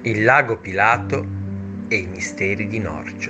Il lago Pilato e i misteri di Norcia.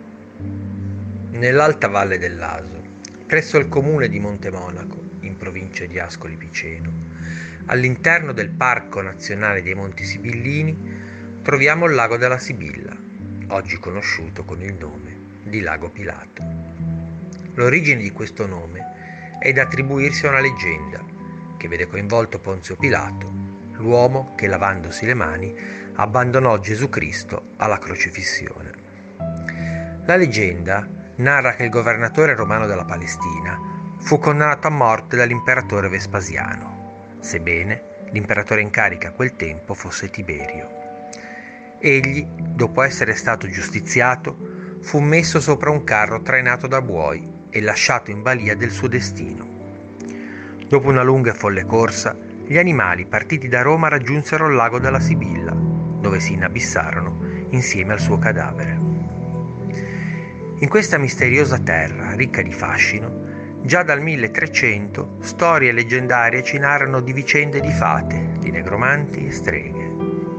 Nell'alta valle dell'Aso, presso il comune di Montemonaco, in provincia di Ascoli Piceno, all'interno del Parco Nazionale dei Monti Sibillini, troviamo il lago della Sibilla, oggi conosciuto con il nome di Lago Pilato. L'origine di questo nome è da attribuirsi a una leggenda che vede coinvolto Ponzio Pilato, l'uomo che, lavandosi le mani, abbandonò Gesù Cristo alla crocifissione. La leggenda narra che il governatore romano della Palestina fu condannato a morte dall'imperatore Vespasiano, sebbene l'imperatore in carica a quel tempo fosse Tiberio. Egli, dopo essere stato giustiziato, fu messo sopra un carro trainato da buoi e lasciato in balia del suo destino. Dopo una lunga e folle corsa, gli animali partiti da Roma raggiunsero il lago della Sibilla, dove si inabissarono insieme al suo cadavere. In questa misteriosa terra, ricca di fascino, già dal 1300 storie leggendarie ci narrano di vicende di fate, di negromanti e streghe.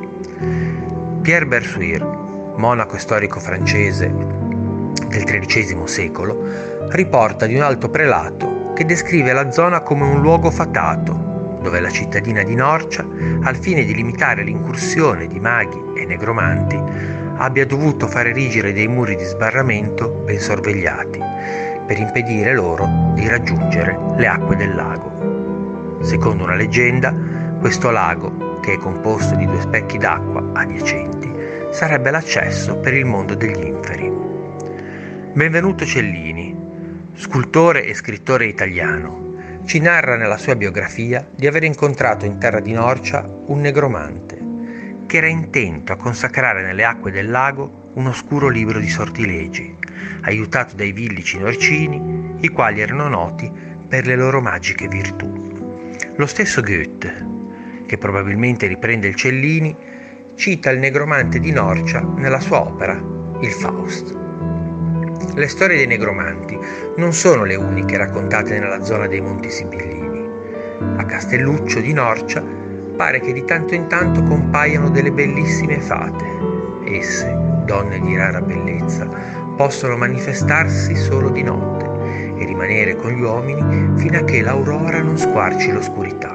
Pierre Bersuire, monaco e storico francese del XIII secolo, riporta di un alto prelato che descrive la zona come un luogo fatato, dove la cittadina di Norcia, al fine di limitare l'incursione di maghi e negromanti, abbia dovuto fare erigere dei muri di sbarramento ben sorvegliati, per impedire loro di raggiungere le acque del lago. Secondo una leggenda, questo lago, che è composto di 2 specchi d'acqua adiacenti, sarebbe l'accesso per il mondo degli inferi. Benvenuto Cellini, scultore e scrittore italiano, ci narra nella sua biografia di aver incontrato in terra di Norcia un negromante che era intento a consacrare nelle acque del lago un oscuro libro di sortilegi, aiutato dai villici norcini, i quali erano noti per le loro magiche virtù. Lo stesso Goethe, che probabilmente riprende il Cellini, cita il negromante di Norcia nella sua opera Il Faust. Le storie dei negromanti non sono le uniche raccontate nella zona dei Monti Sibillini. A Castelluccio di Norcia pare che di tanto in tanto compaiano delle bellissime fate. Esse, donne di rara bellezza, possono manifestarsi solo di notte e rimanere con gli uomini fino a che l'aurora non squarci l'oscurità.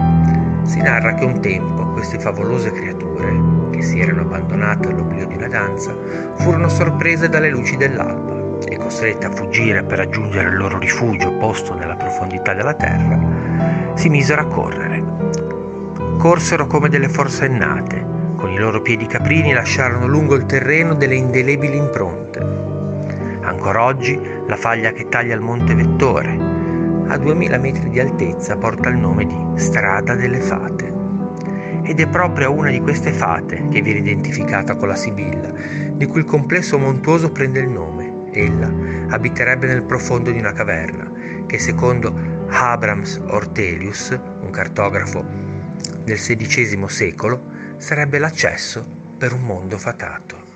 Si narra che un tempo queste favolose creature, che si erano abbandonate all'oblio di una danza, furono sorprese dalle luci dell'alba e costrette a fuggire per raggiungere il loro rifugio posto nella profondità della terra, si misero a correre. Corsero come delle forsennate, con i loro piedi caprini lasciarono lungo il terreno delle indelebili impronte. Ancora oggi la faglia che taglia il Monte Vettore, a 2000 metri di altezza, porta il nome di Strada delle Fate. Ed è proprio una di queste fate che viene identificata con la Sibilla, di cui il complesso montuoso prende il nome. Ella abiterebbe nel profondo di una caverna che, secondo Abrams Ortelius, un cartografo del XVI secolo, sarebbe l'accesso per un mondo fatato.